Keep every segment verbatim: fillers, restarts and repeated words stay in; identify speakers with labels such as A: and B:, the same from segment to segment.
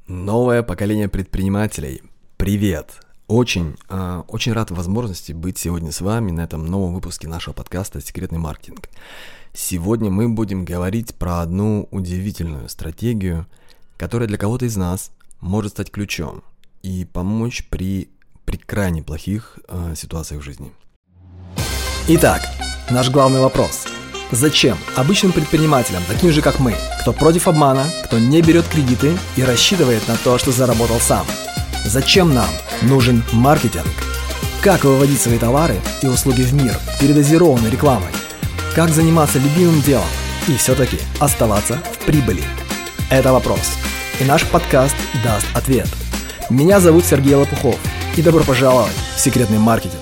A: Новое поколение предпринимателей. Привет! Очень, э, очень рад возможности быть сегодня с вами на этом новом выпуске нашего подкаста «Секретный маркетинг». Сегодня мы будем говорить про одну удивительную стратегию, которая для кого-то из нас может стать ключом и помочь при, при крайне плохих э, ситуациях в жизни.
B: Итак, наш главный вопрос. Зачем обычным предпринимателям, таким же как мы, кто против обмана, кто не берет кредиты и рассчитывает на то, что заработал сам? Зачем нам нужен маркетинг? Как выводить свои товары и услуги в мир передозированной рекламой? Как заниматься любимым делом и все-таки оставаться в прибыли? Это вопрос. И наш подкаст даст ответ. Меня зовут Сергей Лопухов, и добро пожаловать в секретный маркетинг.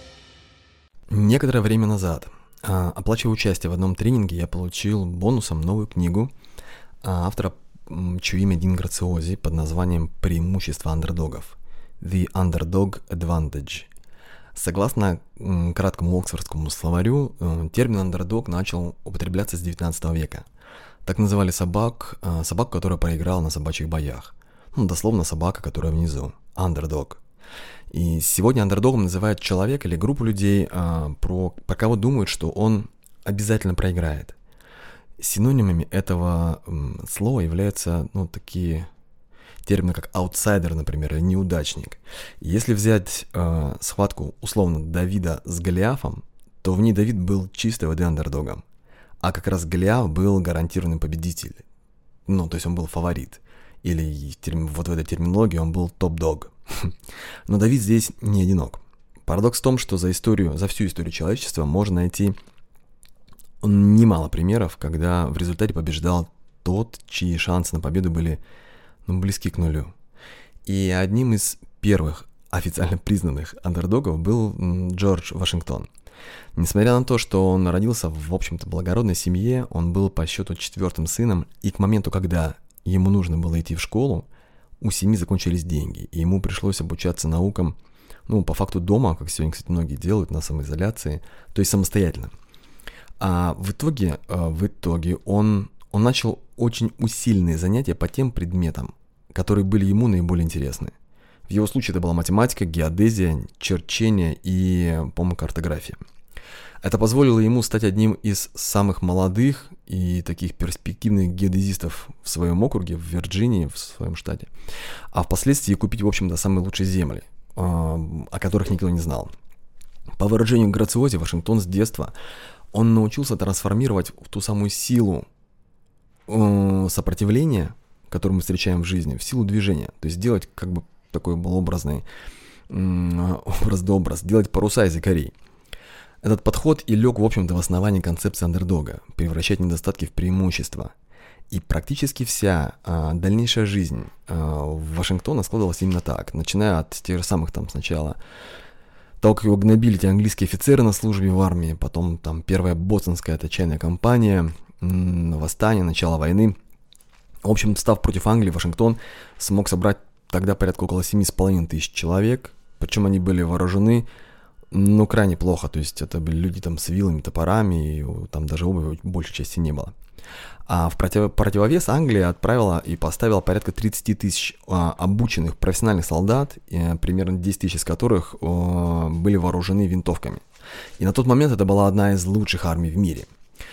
A: Некоторое время назад, оплачивая участие в одном тренинге, я получил бонусом новую книгу автора, чье имя Дин Грациози, под названием «Преимущество андердогов» (The Underdog Advantage). Согласно краткому оксфордскому словарю, термин «андердог» начал употребляться с девятнадцатого века. Так называли собак, собаку, которая проиграла на собачьих боях. Ну, дословно собака, которая внизу. Андердог. И сегодня андердогом называют человека или группу людей, а, про, про кого думают, что он обязательно проиграет. Синонимами этого м, слова являются ну, такие термины, как аутсайдер, например, или неудачник. Если взять э, схватку, условно, Давида с Голиафом, то в ней Давид был чистой воды андердогом, а как раз Голиаф был гарантированный победитель. Ну, то есть он был фаворит. Или вот в этой терминологии он был топ-дог. Но Давид здесь не одинок. Парадокс в том, что за историю, за всю историю человечества можно найти немало примеров, когда в результате побеждал тот, чьи шансы на победу были ну, близки к нулю. И одним из первых официально признанных андердогов был Джордж Вашингтон. Несмотря на то, что он родился в, в общем-то, благородной семье, он был по счету четвертым сыном, и к моменту, когда ему нужно было идти в школу, у семьи закончились деньги, и ему пришлось обучаться наукам, ну, по факту дома, как сегодня, кстати, многие делают, на самоизоляции, то есть самостоятельно. А в итоге, в итоге он, он начал очень усиленные занятия по тем предметам, которые были ему наиболее интересны. В его случае это была математика, геодезия, черчение и, по-моему, картография. Это позволило ему стать одним из самых молодых и таких перспективных геодезистов в своем округе, в Вирджинии, в своем штате, а впоследствии купить, в общем-то, самые лучшие земли, о которых никто не знал. По выражению Грациози, Вашингтон с детства, он научился трансформировать ту самую силу сопротивления, которую мы встречаем в жизни, в силу движения, то есть делать как бы такой был образный образ-да образ, делать паруса из якорей. Этот подход и лег, в общем-то, в основании концепции андердога, превращать недостатки в преимущества. И практически вся а, дальнейшая жизнь а, Вашингтона складывалась именно так, начиная от тех же самых там сначала того, как его гнобили те английские офицеры на службе в армии, потом там первая Бостонская эта чайная кампания, м- восстание, начало войны. В общем, став против Англии, Вашингтон смог собрать тогда порядка около семь с половиной тысяч человек, причем они были вооружены ну, крайне плохо, то есть это были люди там с вилами, топорами, и там даже обуви большей части не было. А в против... противовес Англия отправила и поставила порядка тридцать тысяч а, обученных профессиональных солдат, и, примерно десять тысяч из которых а, были вооружены винтовками. И на тот момент это была одна из лучших армий в мире.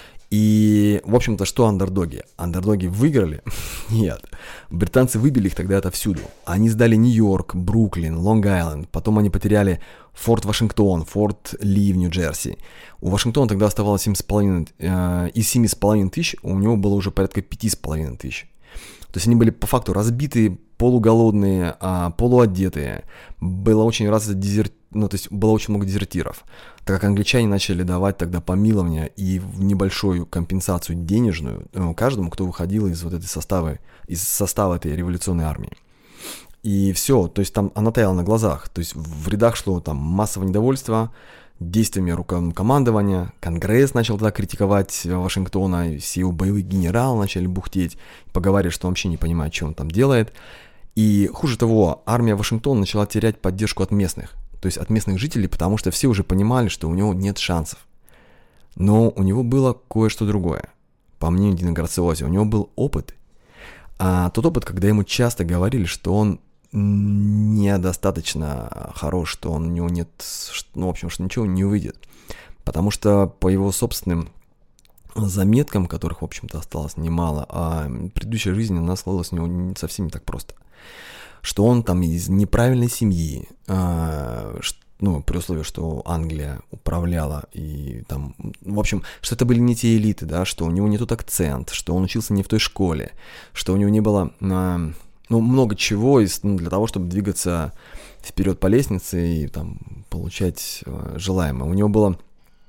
A: И, в общем-то, что андердоги? Андердоги выиграли? Нет. Британцы выбили их тогда отовсюду. Они сдали Нью-Йорк, Бруклин, Лонг-Айленд. Потом они потеряли Форт Вашингтон, Форт Ли в Нью-Джерси. У Вашингтона тогда оставалось семь с половиной, э, из семь с половиной тысяч, у него было уже порядка пять с половиной тысяч. То есть они были по факту разбитые, полуголодные, а, полуодетые. Было очень развито дезерт... ну, то есть было очень много дезертиров, так как англичане начали давать тогда помилования и небольшую компенсацию денежную ну, каждому, кто выходил из вот этой составы, из состава этой революционной армии. И все, то есть там она таяла на глазах, то есть в рядах шло там массовое недовольство действиями рукокомандования, Конгресс начал тогда критиковать Вашингтона, все его боевые генералы начали бухтеть, поговаривать, что он вообще не понимает, что он там делает. И хуже того, армия Вашингтона начала терять поддержку от местных, то есть от местных жителей, потому что все уже понимали, что у него нет шансов. Но у него было кое-что другое. По мнению Дина Грациози, у него был опыт. А тот опыт, когда ему часто говорили, что он недостаточно хорош, что он, у него нет, ну, в общем, что ничего не выйдет. Потому что по его собственным заметкам, которых, в общем-то, осталось немало, а предыдущая жизнь, она сложилась у него совсем не так просто. Что он там из неправильной семьи, а, ну, при условии, что Англия управляла, и там, в общем, что это были не те элиты, да, что у него не тот акцент, что он учился не в той школе, что у него не было, а, ну, много чего из, ну, для того, чтобы двигаться вперед по лестнице и там получать а, желаемое. У него было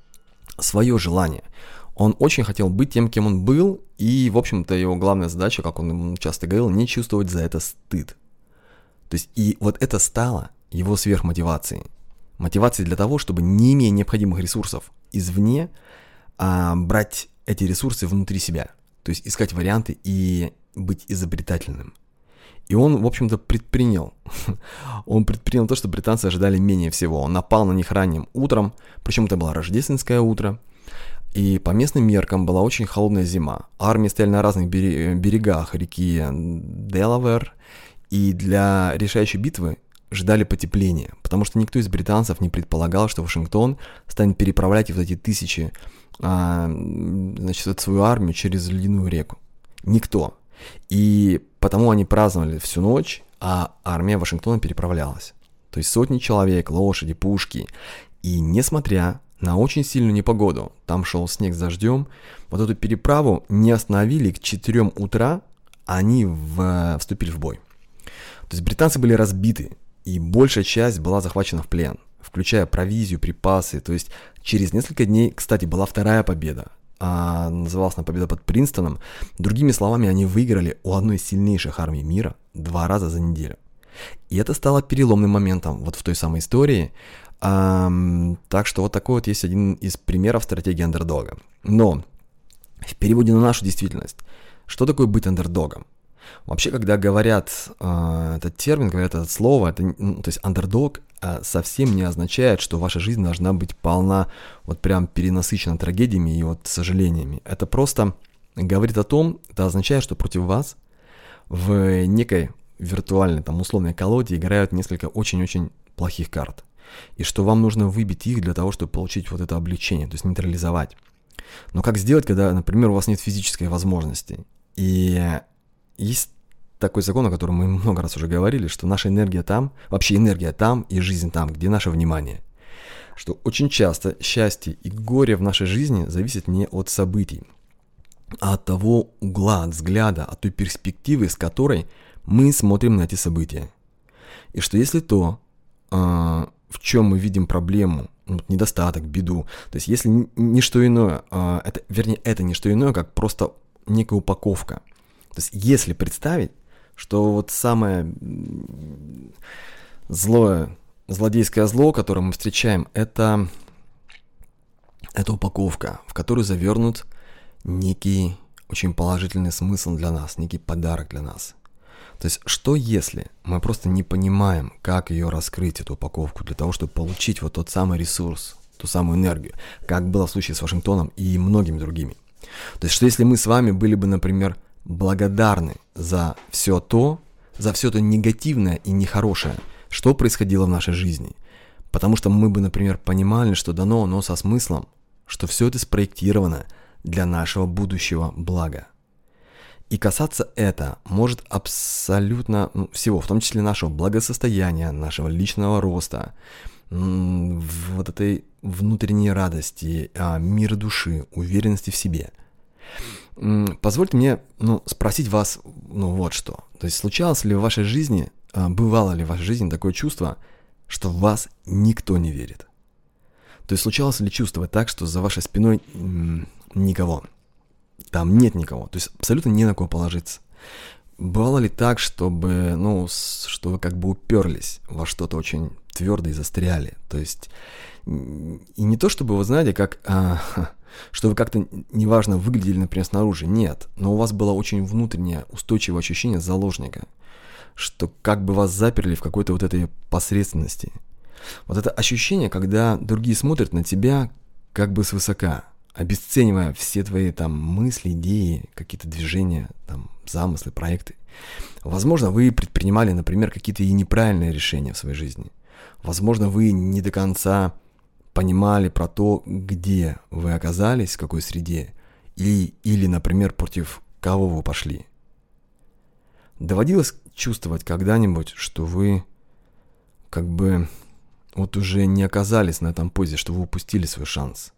A: свое желание. Он очень хотел быть тем, кем он был, и, в общем-то, его главная задача, как он часто говорил, не чувствовать за это стыд. То есть, и вот это стало его сверхмотивацией. Мотивацией для того, чтобы, не имея необходимых ресурсов извне, а, брать эти ресурсы внутри себя. То есть, искать варианты и быть изобретательным. И он, в общем-то, предпринял. Он предпринял то, что британцы ожидали менее всего. Он напал на них ранним утром, причем это было рождественское утро. И по местным меркам была очень холодная зима. Армии стояли на разных берегах реки Делавэр, и для решающей битвы ждали потепления, потому что никто из британцев не предполагал, что Вашингтон станет переправлять вот эти тысячи, а, значит, свою армию через ледяную реку. Никто. И потому они праздновали всю ночь, а армия Вашингтона переправлялась. То есть сотни человек, лошади, пушки. И несмотря на очень сильную непогоду, там шел снег с дождем, вот эту переправу не остановили, к четырем утра они в, вступили в бой. То есть британцы были разбиты, и большая часть была захвачена в плен, включая провизию, припасы. То есть через несколько дней, кстати, была вторая победа. А, называлась она победа под Принстоном. Другими словами, они выиграли у одной из сильнейших армий мира два раза за неделю. И это стало переломным моментом вот в той самой истории. А, так что вот такой вот есть один из примеров стратегии андердога. Но в переводе на нашу действительность, что такое быть андердогом? Вообще, когда говорят э, этот термин, говорят это слово, это, ну, то есть андердог э, совсем не означает, что ваша жизнь должна быть полна, вот прям перенасыщена трагедиями и вот сожалениями. Это просто говорит о том, это означает, что против вас в некой виртуальной, там, условной колоде играют несколько очень-очень плохих карт. И что вам нужно выбить их для того, чтобы получить вот это облегчение, то есть нейтрализовать. Но как сделать, когда, например, у вас нет физической возможности? И есть такой закон, о котором мы много раз уже говорили, что наша энергия там, вообще энергия там и жизнь там, где наше внимание. Что очень часто счастье и горе в нашей жизни зависят не от событий, а от того угла, от взгляда, от той перспективы, с которой мы смотрим на эти события. И что если то, в чем мы видим проблему, недостаток, беду, то есть если не что иное, это, вернее, это не что иное, как просто некая упаковка. То есть если представить, что вот самое злое, злодейское зло, которое мы встречаем, это, это упаковка, в которую завернут некий очень положительный смысл для нас, некий подарок для нас. То есть что если мы просто не понимаем, как ее раскрыть, эту упаковку, для того, чтобы получить вот тот самый ресурс, ту самую энергию, как было в случае с Вашингтоном и многими другими. То есть что если мы с вами были бы, например, благодарны за все то, за все то негативное и нехорошее, что происходило в нашей жизни. Потому что мы бы, например, понимали, что дано оно со смыслом, что все это спроектировано для нашего будущего блага. И касаться это может абсолютно ну, всего, в том числе нашего благосостояния, нашего личного роста, вот этой внутренней радости, мира души, уверенности в себе. Позвольте мне ну, спросить вас, ну вот что. То есть случалось ли в вашей жизни, бывало ли в вашей жизни такое чувство, что в вас никто не верит? То есть случалось ли чувствовать так, что за вашей спиной м- никого? Там нет никого, то есть абсолютно не на кого положиться. Бывало ли так, чтобы, ну, что вы как бы уперлись во что-то очень твердое и застряли? То есть и не то, чтобы вы знаете, как... А, что вы как-то неважно выглядели, например, снаружи, нет, но у вас было очень внутреннее устойчивое ощущение заложника, что как бы вас заперли в какой-то вот этой посредственности. Вот это ощущение, когда другие смотрят на тебя как бы свысока, обесценивая все твои там мысли, идеи, какие-то движения, там, замыслы, проекты. Возможно, вы предпринимали, например, какие-то и неправильные решения в своей жизни. Возможно, вы не до конца понимали про то, где вы оказались, в какой среде, и, или, например, против кого вы пошли. Доводилось чувствовать когда-нибудь, что вы как бы вот уже не оказались на этом позе, что вы упустили свой шанс.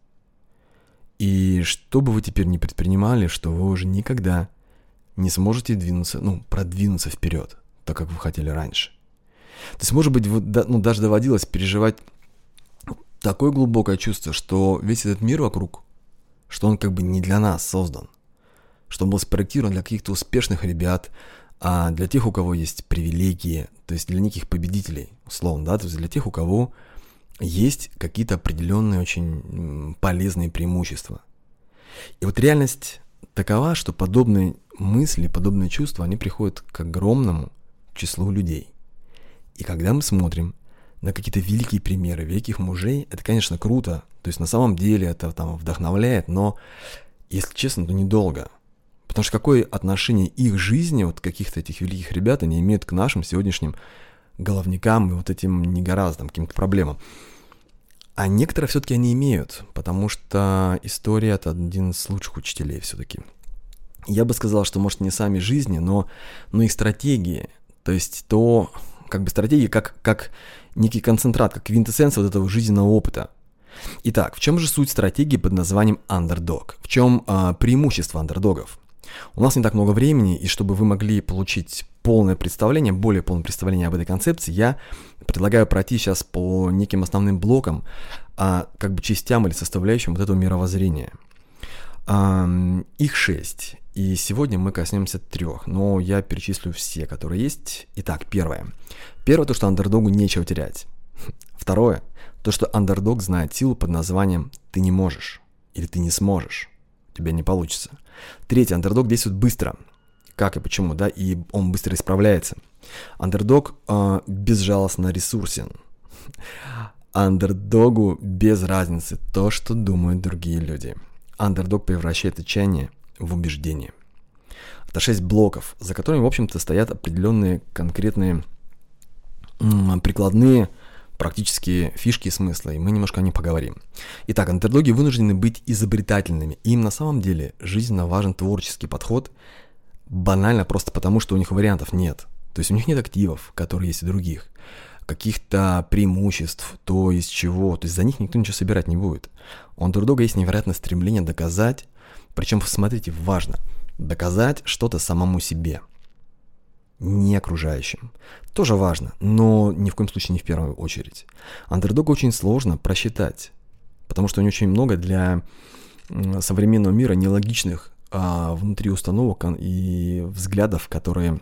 A: И что бы вы теперь ни предпринимали, что вы уже никогда не сможете двинуться, ну, продвинуться вперед, так как вы хотели раньше. То есть, может быть, вот, ну, даже доводилось переживать такое глубокое чувство, что весь этот мир вокруг, что он как бы не для нас создан, что он был спроектирован для каких-то успешных ребят, а для тех, у кого есть привилегии, то есть для неких победителей, условно, да, то есть для тех, у кого есть какие-то определенные очень полезные преимущества. И вот реальность такова, что подобные мысли, подобные чувства, они приходят к огромному числу людей. И когда мы смотрим на какие-то великие примеры великих мужей, это, конечно, круто, то есть на самом деле это там вдохновляет, но, если честно, то недолго. Потому что какое отношение их жизни, вот каких-то этих великих ребят, они имеют к нашим сегодняшним головникам и вот этим негораздым каким-то проблемам. А некоторые все-таки они имеют, потому что история – это один из лучших учителей все-таки. Я бы сказал, что, может, не сами жизни, но, но их стратегии, то есть то, как бы стратегии, как, как некий концентрат, как квинтэссенция вот этого жизненного опыта. Итак, в чем же суть стратегии под названием underdog? В чем а, преимущество андердогов? У нас не так много времени, и чтобы вы могли получить полное представление, более полное представление об этой концепции, я предлагаю пройти сейчас по неким основным блокам, а, как бы частям или составляющим вот этого мировоззрения. А, их шесть, и сегодня мы коснемся трех, но я перечислю все, которые есть. Итак, первое. Первое, то, что андердогу нечего терять. Второе, то, что андердог знает силу под названием «ты не можешь» или «ты не сможешь», у тебя не получится. Третье, андердог действует быстро. Как и почему, да, и он быстро исправляется. Андердог э, безжалостно ресурсен. Андердогу без разницы то, что думают другие люди. Андердог превращает отчаяние в убеждение. Это шесть блоков, за которыми, в общем-то, стоят определенные конкретные м- прикладные практические фишки и смысла, и мы немножко о них поговорим. Итак, андердоги вынуждены быть изобретательными. Им на самом деле жизненно важен творческий подход, банально просто потому, что у них вариантов нет. То есть у них нет активов, которые есть у других, каких-то преимуществ, то из чего, то есть за них никто ничего собирать не будет. У андердога есть невероятное стремление доказать, причем, смотрите, важно, доказать что-то самому себе, не окружающим. Тоже важно, но ни в коем случае не в первую очередь. Андердога очень сложно просчитать, потому что у него очень много для современного мира нелогичных а, внутри установок и взглядов, которые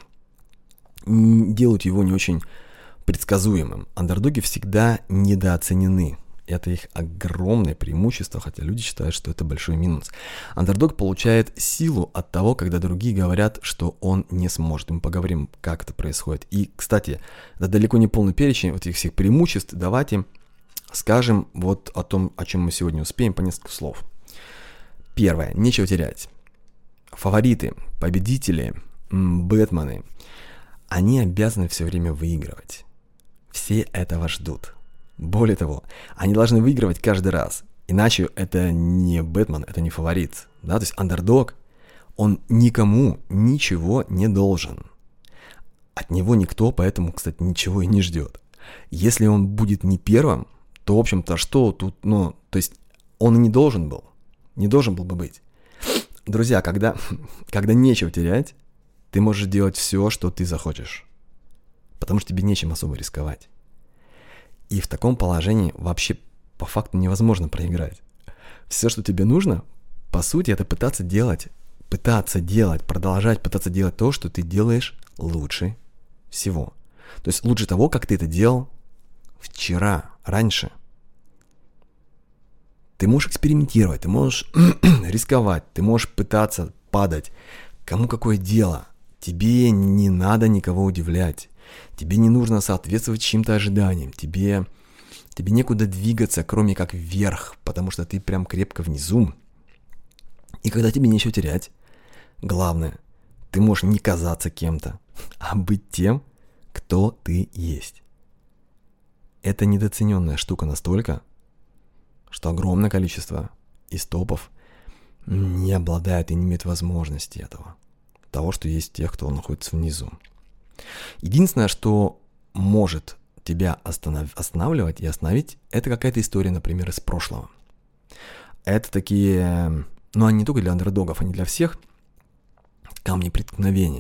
A: делают его не очень предсказуемым. Андердоги всегда недооценены. Это их огромное преимущество, хотя люди считают, что это большой минус. Андердог получает силу от того, когда другие говорят, что он не сможет. Мы поговорим, как это происходит. И, кстати, это далеко не полный перечень вот этих всех преимуществ. Давайте скажем вот о том, о чем мы сегодня успеем, по несколько слов. Первое. Нечего терять. Фавориты, победители, бэтмены, они обязаны все время выигрывать. Все этого ждут. Более того, они должны выигрывать каждый раз. Иначе это не Бэтмен, это не фаворит. Да? То есть андердог, он никому ничего не должен. От него никто, поэтому, кстати, ничего и не ждет. Если он будет не первым, то, в общем-то, что тут, ну, то есть он и не должен был. Не должен был бы быть. Друзья, когда, когда нечего терять, ты можешь делать все, что ты захочешь. Потому что тебе нечем особо рисковать. И в таком положении вообще по факту невозможно проиграть. Все, что тебе нужно, по сути, это пытаться делать, пытаться делать, продолжать пытаться делать то, что ты делаешь лучше всего. То есть лучше того, как ты это делал вчера, раньше. Ты можешь экспериментировать, ты можешь рисковать, ты можешь пытаться падать. Кому какое дело? Тебе не надо никого удивлять. Тебе не нужно соответствовать чьим-то ожиданиям. Тебе, тебе некуда двигаться, кроме как вверх, потому что ты прям крепко внизу. И когда тебе нечего терять, главное, ты можешь не казаться кем-то, а быть тем, кто ты есть. Это недооцененная штука настолько, что огромное количество истопов не обладают и не имеют возможности этого. Того, что есть тех, кто находится внизу. Единственное, что может тебя останов... останавливать и остановить, это какая-то история, например, из прошлого. Это такие, ну, они не только для андердогов, они для всех камни преткновения.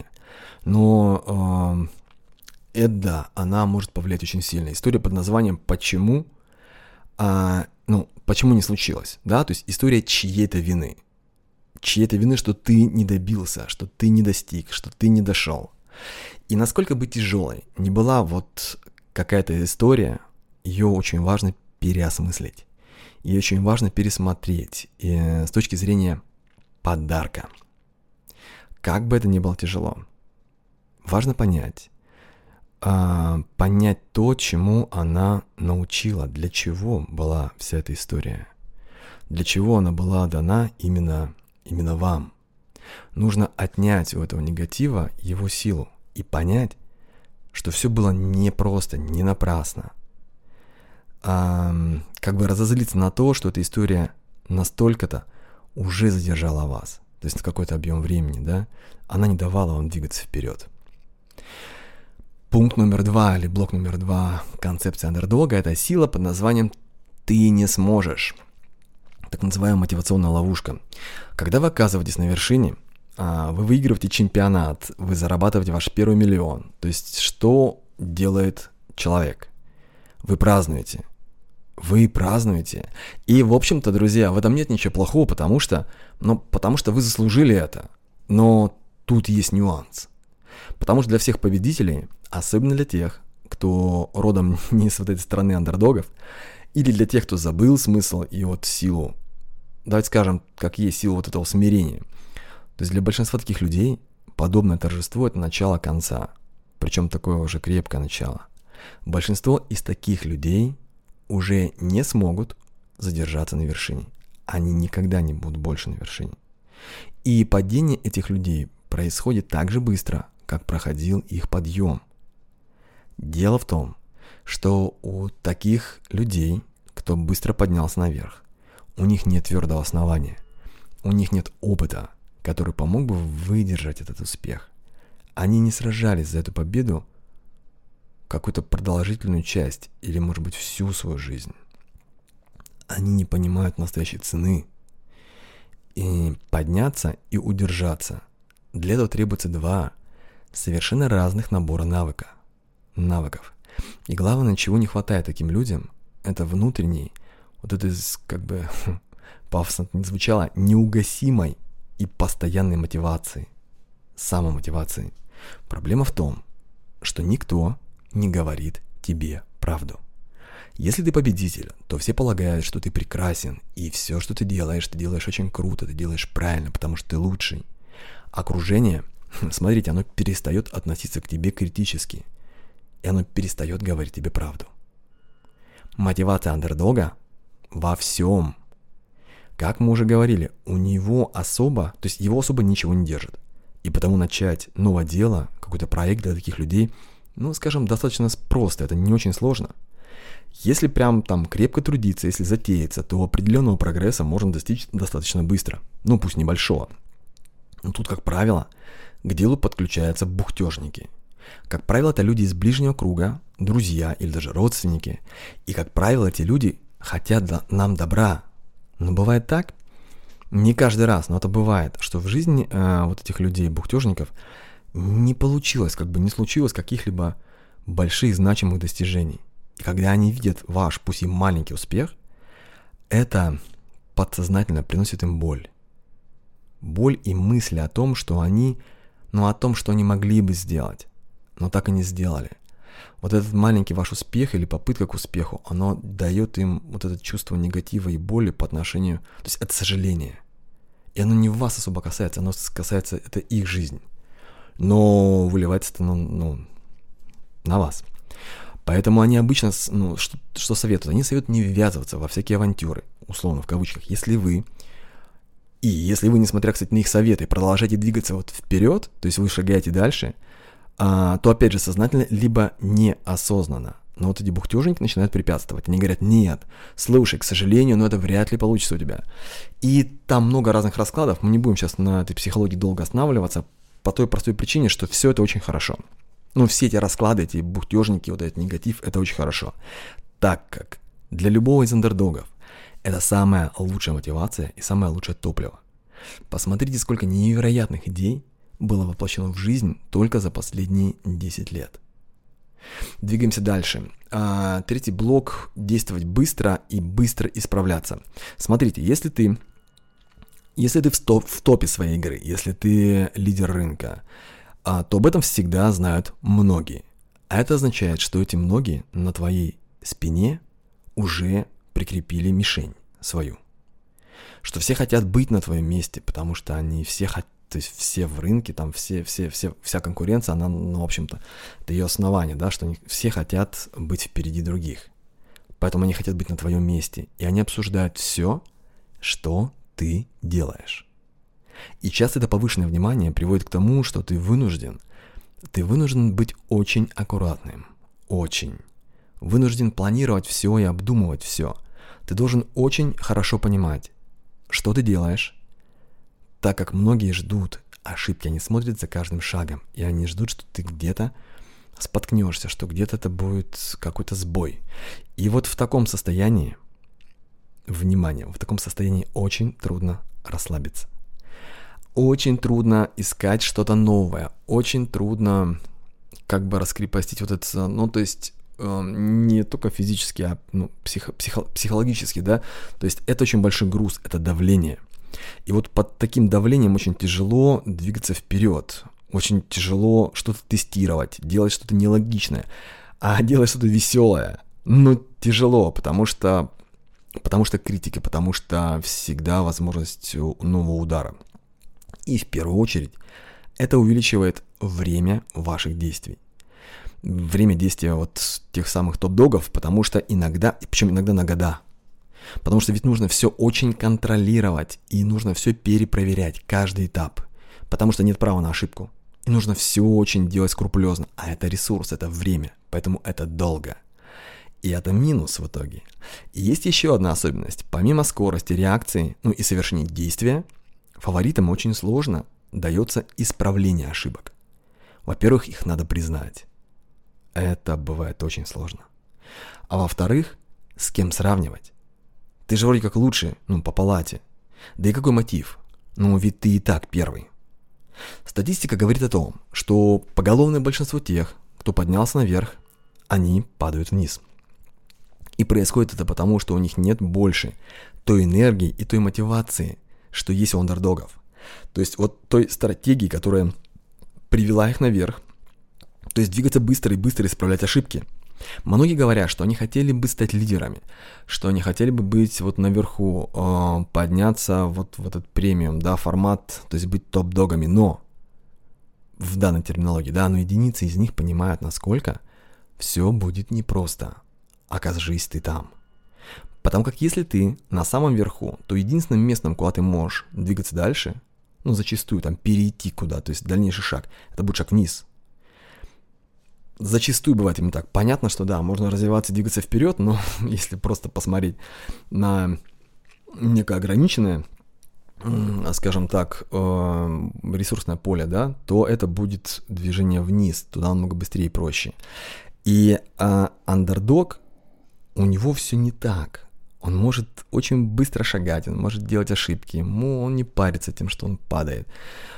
A: Но э, это, да, она может повлиять очень сильно. История под названием «Почему?» а, ну, почему не случилось, да, то есть история чьей-то вины. Чьей-то вины, что ты не добился, что ты не достиг, что ты не дошел. И насколько бы тяжелой ни была вот какая-то история, ее очень важно переосмыслить. Ее очень важно пересмотреть и, с точки зрения подарка. Как бы это ни было тяжело, важно понять, а, понять то, чему она научила, для чего была вся эта история, для чего она была дана именно, именно вам. Нужно отнять у этого негатива его силу и понять, что все было не просто, не напрасно. А, как бы разозлиться на то, что эта история настолько-то уже задержала вас, то есть на какой-то объем времени, да, она не давала вам двигаться вперед. Пункт номер два или блок номер два концепции андердога – это сила под названием «ты не сможешь». Так называемая мотивационная ловушка. Когда вы оказываетесь на вершине, вы выигрываете чемпионат, вы зарабатываете ваш первый миллион. То есть что делает человек? Вы празднуете. Вы празднуете. И, в общем-то, друзья, в этом нет ничего плохого, потому что, ну, потому что вы заслужили это. Но тут есть нюанс. Потому что для всех победителей, особенно для тех, кто родом не с вот этой страны андердогов, или для тех, кто забыл смысл и вот силу, давайте скажем, как есть сила вот этого смирения. То есть для большинства таких людей подобное торжество – это начало конца. Причем такое уже крепкое начало. Большинство из таких людей уже не смогут задержаться на вершине. Они никогда не будут больше на вершине. И падение этих людей происходит так же быстро, как проходил их подъем. Дело в том, что у таких людей, кто быстро поднялся наверх, у них нет твердого основания, у них нет опыта, который помог бы выдержать этот успех. Они не сражались за эту победу какую-то продолжительную часть или, может быть, всю свою жизнь. Они не понимают настоящей цены. И подняться и удержаться. Для этого требуется два совершенно разных набора навыка, навыков. И главное, чего не хватает таким людям, это внутренней, вот этой, как бы, пафосно не звучало, неугасимой и постоянной мотивации, самомотивации. Проблема в том, что никто не говорит тебе правду. Если ты победитель, то все полагают, что ты прекрасен, и все, что ты делаешь, ты делаешь очень круто, ты делаешь правильно, потому что ты лучший. Окружение, смотрите, оно перестает относиться к тебе критически, и оно перестает говорить тебе правду. Мотивация андердога во всем. Как мы уже говорили, у него особо, то есть его особо ничего не держит. И потому начать новое дело, какой-то проект для таких людей, ну, скажем, достаточно просто, это не очень сложно. Если прям там крепко трудиться, если затеяться, то определенного прогресса можно достичь достаточно быстро. Ну, пусть небольшого. Но тут, как правило, к делу подключаются бухтежники. Как правило, это люди из ближнего круга, друзья или даже родственники. И, как правило, эти люди хотят нам добра. Но бывает так, не каждый раз, но это бывает, что в жизни э, вот этих людей, бухтежников, не получилось, как бы не случилось каких-либо больших значимых достижений. И когда они видят ваш, пусть и маленький успех, это подсознательно приносит им боль. Боль и мысли о том, что они, ну о том, что они могли бы сделать, но так и не сделали. Вот этот маленький ваш успех или попытка к успеху, оно дает им вот это чувство негатива и боли по отношению, то есть это сожаление. И оно не вас особо касается, оно касается, это их жизнь. Но выливается это, ну, ну, на вас. Поэтому они обычно, ну, что, что советуют? Они советуют не ввязываться во всякие авантюры, условно, в кавычках. Если вы И если вы, несмотря, кстати, на их советы, продолжаете двигаться вот вперед, то есть вы шагаете дальше, а, то, опять же, сознательно, либо неосознанно. Но вот эти бухтежники начинают препятствовать. Они говорят: нет, слушай, к сожалению, но это вряд ли получится у тебя. И там много разных раскладов. Мы не будем сейчас на этой психологии долго останавливаться, по той простой причине, что все это очень хорошо. Ну, все эти расклады, эти бухтежники, вот этот негатив, это очень хорошо. Так как для любого из андердогов это самая лучшая мотивация и самое лучшее топливо. Посмотрите, сколько невероятных идей было воплощено в жизнь только за последние десять лет. Двигаемся дальше. А, третий блок – действовать быстро и быстро исправляться. Смотрите, если ты, если ты в, топ, в топе своей игры, если ты лидер рынка, а, то об этом всегда знают многие. А это означает, что эти многие на твоей спине уже прикрепили мишень свою. Что все хотят быть на твоем месте, потому что они все хотят, то есть все в рынке, там все, все, все, вся конкуренция, она, ну, в общем-то, это ее основание, да, что они все хотят быть впереди других. Поэтому они хотят быть на твоем месте, и они обсуждают все, что ты делаешь. И часто это повышенное внимание приводит к тому, что ты вынужден, ты вынужден быть очень аккуратным, очень. Вынужден планировать все и обдумывать все. Ты должен очень хорошо понимать, что ты делаешь, так как многие ждут ошибки, они смотрят за каждым шагом, и они ждут, что ты где-то споткнешься, что где-то это будет какой-то сбой. И вот в таком состоянии, внимание, в таком состоянии очень трудно расслабиться. Очень трудно искать что-то новое, очень трудно как бы раскрепостить вот это, ну, то есть не только физически, а ну, психо- психо- психологически, да, то есть это очень большой груз, это давление. И вот под таким давлением очень тяжело двигаться вперед, очень тяжело что-то тестировать, делать что-то нелогичное, а делать что-то веселое, ну, тяжело, потому что, потому что критика, потому что всегда возможность нового удара. И в первую очередь это увеличивает время ваших действий. Время действия вот тех самых топ-догов, потому что иногда, причем иногда на года, потому что ведь нужно все очень контролировать и нужно все перепроверять, каждый этап, потому что нет права на ошибку. И нужно все очень делать скрупулезно, а это ресурс, это время, поэтому это долго. И это минус в итоге. И есть еще одна особенность. Помимо скорости реакции, ну и совершения действия, фаворитам очень сложно дается исправление ошибок. Во-первых, их надо признать. Это бывает очень сложно. А во-вторых, с кем сравнивать? Ты же вроде как лучше, ну, по палате. Да и какой мотив? Ну, ведь ты и так первый. Статистика говорит о том, что поголовное большинство тех, кто поднялся наверх, они падают вниз. И происходит это потому, что у них нет больше той энергии и той мотивации, что есть у андердогов. То есть вот той стратегии, которая привела их наверх, то есть двигаться быстро и быстро исправлять ошибки. Многие говорят, что они хотели бы стать лидерами, что они хотели бы быть вот наверху, э, подняться вот в этот премиум, да, формат, то есть быть топ-догами, но в данной терминологии, да, но единицы из них понимают, насколько все будет непросто, окажись ты там. Потому как если ты на самом верху, то единственным местом, куда ты можешь двигаться дальше, ну зачастую там перейти куда, то есть дальнейший шаг, это будет шаг вниз. Зачастую бывает именно так. Понятно, что да, можно развиваться, двигаться вперед, но если просто посмотреть на некое ограниченное, скажем так, ресурсное поле, да, то это будет движение вниз, туда намного быстрее и проще. И андердог, у него все не так. Он может очень быстро шагать, он может делать ошибки, ему он не парится тем, что он падает.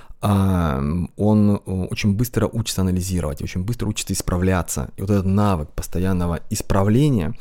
A: Он очень быстро учится анализировать, очень быстро учится исправляться. И вот этот навык постоянного исправления,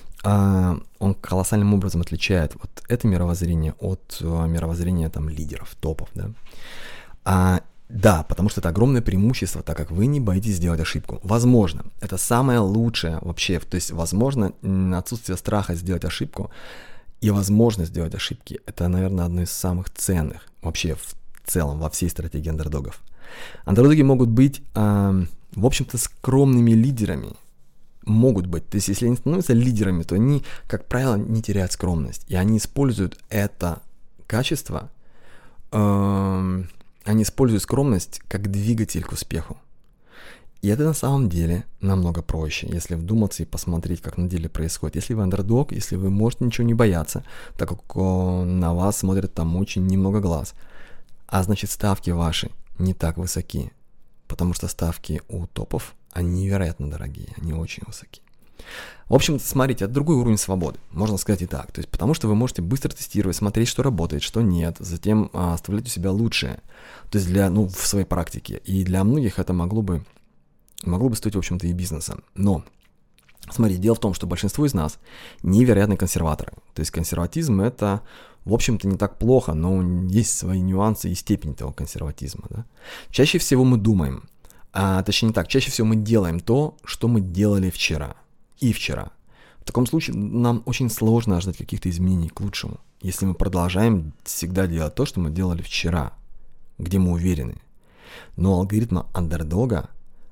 A: он колоссальным образом отличает вот это мировоззрение от мировоззрения там лидеров, топов, да. А, да, потому что это огромное преимущество, так как вы не боитесь сделать ошибку. Возможно, это самое лучшее вообще, то есть, возможно, отсутствие страха сделать ошибку и возможность сделать ошибки, это, наверное, одно из самых ценных вообще в в целом во всей стратегии андердогов. Андердоги могут быть, э, в общем-то, скромными лидерами. Могут быть. То есть, если они становятся лидерами, то они, как правило, не теряют скромность. И они используют это качество э, они используют скромность как двигатель к успеху. И это на самом деле намного проще, если вдуматься и посмотреть, как на деле происходит. Если вы андердог, если вы можете ничего не бояться, так как на вас смотрят там очень немного глаз, а значит ставки ваши не так высоки, потому что ставки у топов, они невероятно дорогие, они очень высоки. В общем-то, смотрите, это другой уровень свободы, можно сказать и так. То есть, потому что вы можете быстро тестировать, смотреть, что работает, что нет, затем а, оставлять у себя лучшее. То есть, для, ну, в своей практике. И для многих это могло бы, могло бы стоить, в общем-то, и бизнеса. Но, смотрите, дело в том, что большинство из нас невероятные консерваторы. То есть, консерватизм – это, в общем-то, не так плохо, но есть свои нюансы и степень того консерватизма. Да? Чаще всего мы думаем, а точнее не так, чаще всего мы делаем то, что мы делали вчера. И вчера. В таком случае нам очень сложно ожидать каких-то изменений к лучшему, если мы продолжаем всегда делать то, что мы делали вчера, где мы уверены. Но алгоритм андердога,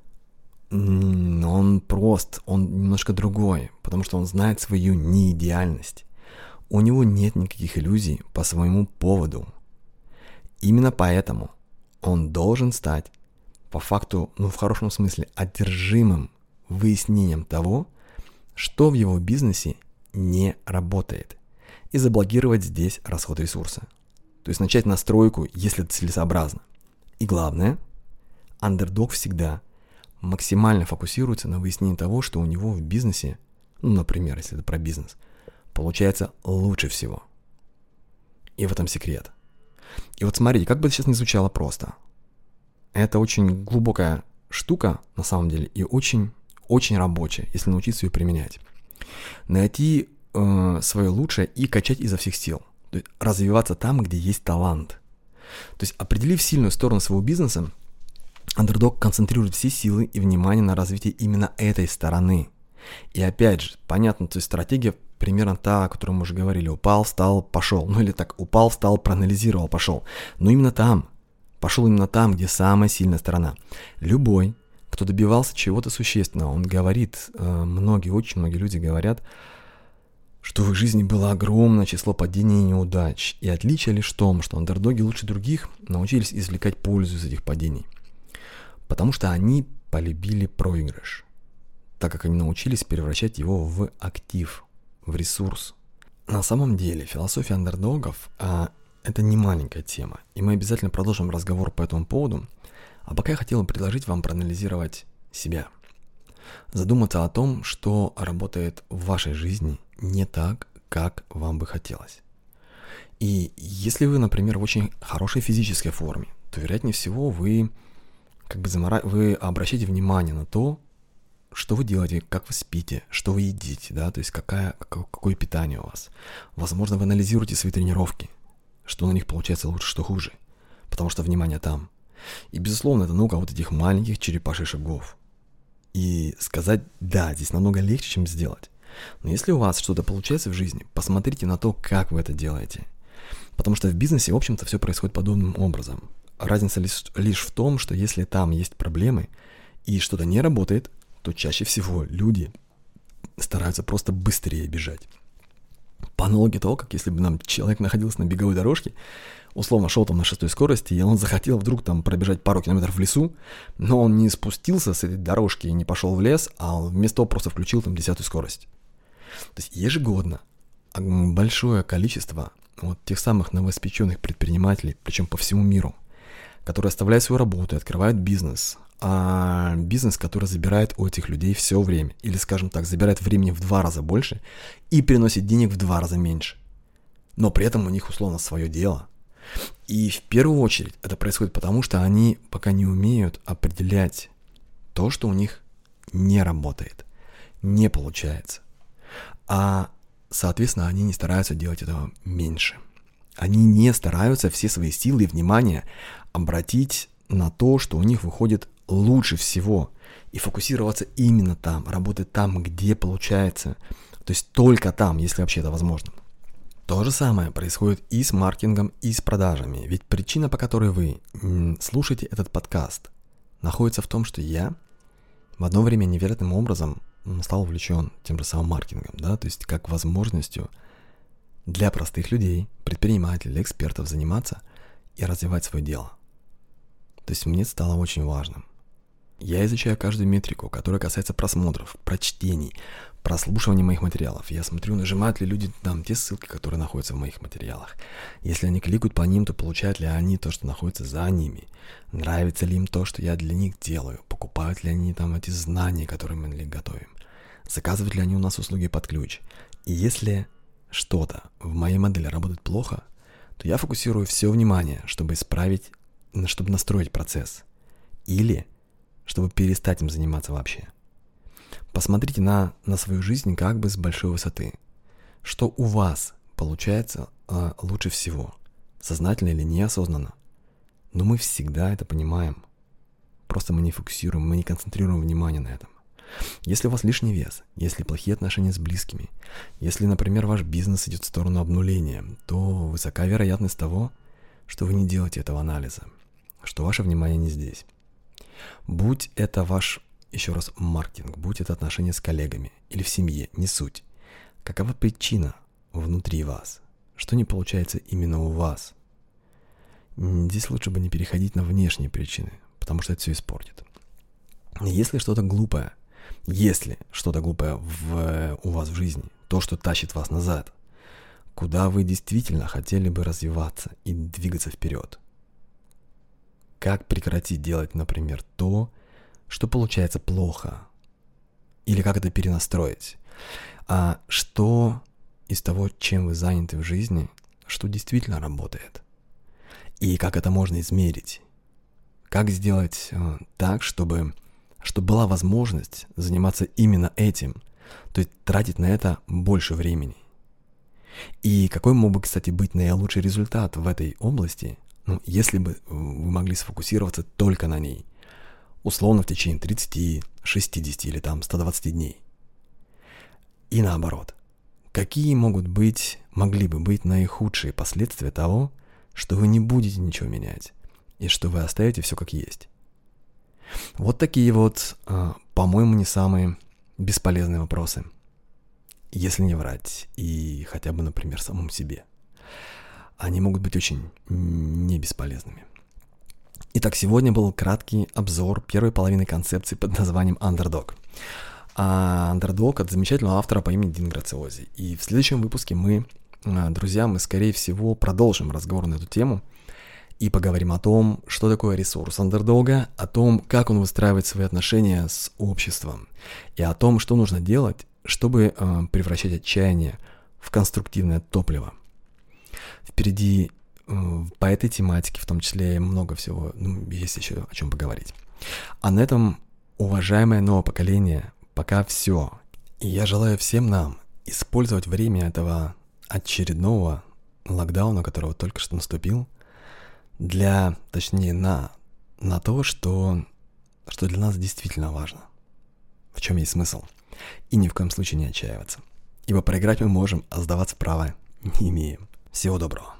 A: он прост, он немножко другой, потому что он знает свою неидеальность. У него нет никаких иллюзий по своему поводу. Именно поэтому он должен стать, по факту, ну в хорошем смысле, одержимым выяснением того, что в его бизнесе не работает, и заблокировать здесь расход ресурса. То есть начать настройку, если это целесообразно. И главное, андердог всегда максимально фокусируется на выяснении того, что у него в бизнесе, ну, например, если это про бизнес, получается лучше всего. И в этом секрет. И вот смотрите, как бы это сейчас не звучало просто. Это очень глубокая штука, на самом деле, и очень очень рабочая, если научиться ее применять. Найти э, свое лучшее и качать изо всех сил. То есть развиваться там, где есть талант. То есть, определив сильную сторону своего бизнеса, андердог концентрирует все силы и внимание на развитии именно этой стороны. И опять же, понятно, то есть стратегия примерно та, о которой мы уже говорили. Упал, встал, пошел. Ну или так, упал, встал, проанализировал, пошел. Но именно там. Пошел именно там, где самая сильная сторона. Любой, кто добивался чего-то существенного, он говорит, многие, очень многие люди говорят, что в их жизни было огромное число падений и неудач. И отличие лишь в том, что андердоги лучше других научились извлекать пользу из этих падений. Потому что они полюбили проигрыш, так как они научились превращать его в актив, в ресурс. На самом деле философия андердогов а, это не маленькая тема, и мы обязательно продолжим разговор по этому поводу. А пока я хотел предложить вам проанализировать себя. Задуматься о том, что работает в вашей жизни не так, как вам бы хотелось. И если вы, например, в очень хорошей физической форме, то, вероятнее всего, вы, как бы замора... вы обращаете внимание на то, что вы делаете, как вы спите, что вы едите, да, то есть какая, какое питание у вас. Возможно, вы анализируете свои тренировки, что на них получается лучше, что хуже, потому что внимание там. И, безусловно, это наука вот этих маленьких черепашьих шагов. И сказать «да» здесь намного легче, чем сделать. Но если у вас что-то получается в жизни, посмотрите на то, как вы это делаете. Потому что в бизнесе, в общем-то, все происходит подобным образом. Разница лишь, лишь в том, что если там есть проблемы и что-то не работает, то чаще всего люди стараются просто быстрее бежать. По аналогии того, как если бы нам человек находился на беговой дорожке, условно шел там на шестой скорости, и он захотел вдруг там пробежать пару километров в лесу, но он не спустился с этой дорожки и не пошел в лес, а вместо того просто включил там десятую скорость. То есть ежегодно большое количество вот тех самых новоиспеченных предпринимателей, причем по всему миру, которые оставляют свою работу и открывают бизнес, а бизнес, который забирает у этих людей все время, или, скажем так, забирает времени в два раза больше и приносит денег в два раза меньше. Но при этом у них условно свое дело. И в первую очередь это происходит потому, что они пока не умеют определять то, что у них не работает, не получается. А, соответственно, они не стараются делать этого меньше. Они не стараются все свои силы и внимание обратить на то, что у них выходит лучше всего, и фокусироваться именно там, работать там, где получается, то есть только там, если вообще это возможно. То же самое происходит и с маркетингом, и с продажами, ведь причина, по которой вы слушаете этот подкаст, находится в том, что я в одно время невероятным образом стал увлечен тем же самым маркетингом, да, то есть как возможностью для простых людей, предпринимателей, экспертов заниматься и развивать свое дело. То есть мне стало очень важным. Я изучаю каждую метрику, которая касается просмотров, прочтений, прослушивания моих материалов. Я смотрю, нажимают ли люди там те ссылки, которые находятся в моих материалах. Если они кликают по ним, то получают ли они то, что находится за ними. Нравится ли им то, что я для них делаю. Покупают ли они там эти знания, которые мы для них готовим. Заказывают ли они у нас услуги под ключ. И если что-то в моей модели работает плохо, то я фокусирую все внимание, чтобы исправить, чтобы настроить процесс. Или чтобы перестать им заниматься вообще. Посмотрите на, на свою жизнь как бы с большой высоты. Что у вас получается э, лучше всего? Сознательно или неосознанно? Но мы всегда это понимаем. Просто мы не фокусируем, мы не концентрируем внимание на этом. Если у вас лишний вес, если плохие отношения с близкими, если, например, ваш бизнес идет в сторону обнуления, то высока вероятность того, что вы не делаете этого анализа, что ваше внимание не здесь. Будь это ваш, еще раз, маркетинг, будь это отношения с коллегами или в семье, не суть. Какова причина внутри вас? Что не получается именно у вас? Здесь лучше бы не переходить на внешние причины, потому что это все испортит. Если что-то глупое, если что-то глупое в, у вас в жизни, то, что тащит вас назад, куда вы действительно хотели бы развиваться и двигаться вперед, как прекратить делать, например, то, что получается плохо? Или как это перенастроить? А что из того, чем вы заняты в жизни, что действительно работает? И как это можно измерить? Как сделать э, так, чтобы, чтобы была возможность заниматься именно этим, то есть тратить на это больше времени? И какой мог бы, кстати, быть наилучший результат в этой области, ну, если бы вы могли сфокусироваться только на ней, условно в течение тридцати, шестидесяти или там ста двадцати дней. И наоборот, какие могут быть, могли бы быть наихудшие последствия того, что вы не будете ничего менять, и что вы оставите все как есть? Вот такие вот, по-моему, не самые бесполезные вопросы, если не врать, и хотя бы, например, самому себе. Они могут быть очень не бесполезными. Итак, сегодня был краткий обзор первой половины концепции под названием «Underdog». А «Underdog» от замечательного автора по имени Дин Грациози. И в следующем выпуске мы, друзья, мы, скорее всего, продолжим разговор на эту тему и поговорим о том, что такое ресурс андердога, о том, как он выстраивает свои отношения с обществом, и о том, что нужно делать, чтобы э, превращать отчаяние в конструктивное топливо. Впереди э, по этой тематике, в том числе, много всего, ну, есть еще о чем поговорить. А на этом, уважаемое новое поколение, пока все. И я желаю всем нам использовать время этого очередного локдауна, которого только что наступил, для, точнее, на, на то, что, что для нас действительно важно, в чем есть смысл. И ни в коем случае не отчаиваться. Ибо проиграть мы можем, а сдаваться права не имеем. Всего доброго.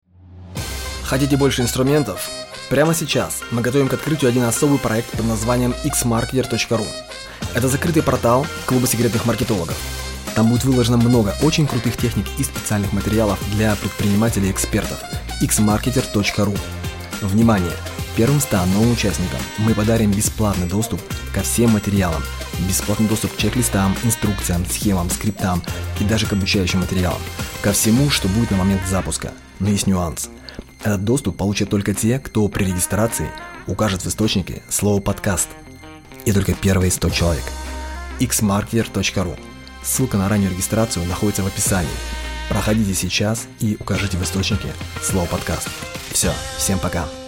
B: Хотите больше инструментов? Прямо сейчас мы готовим к открытию один особый проект под названием икс маркетер точка ру. Это закрытый портал клуба секретных маркетологов. Там будет выложено много очень крутых техник и специальных материалов для предпринимателей и экспертов. икс маркетер точка ру. Внимание! Первым ста новым участникам мы подарим бесплатный доступ ко всем материалам, бесплатный доступ к чек-листам, инструкциям, схемам, скриптам и даже к обучающим материалам, ко всему, что будет на момент запуска. Но есть нюанс. Этот доступ получат только те, кто при регистрации укажет в источнике слово «подкаст». И только первые сто человек. икс маркетер точка ру. Ссылка на раннюю регистрацию находится в описании. Проходите сейчас и укажите в источнике слово «подкаст». Все, всем пока.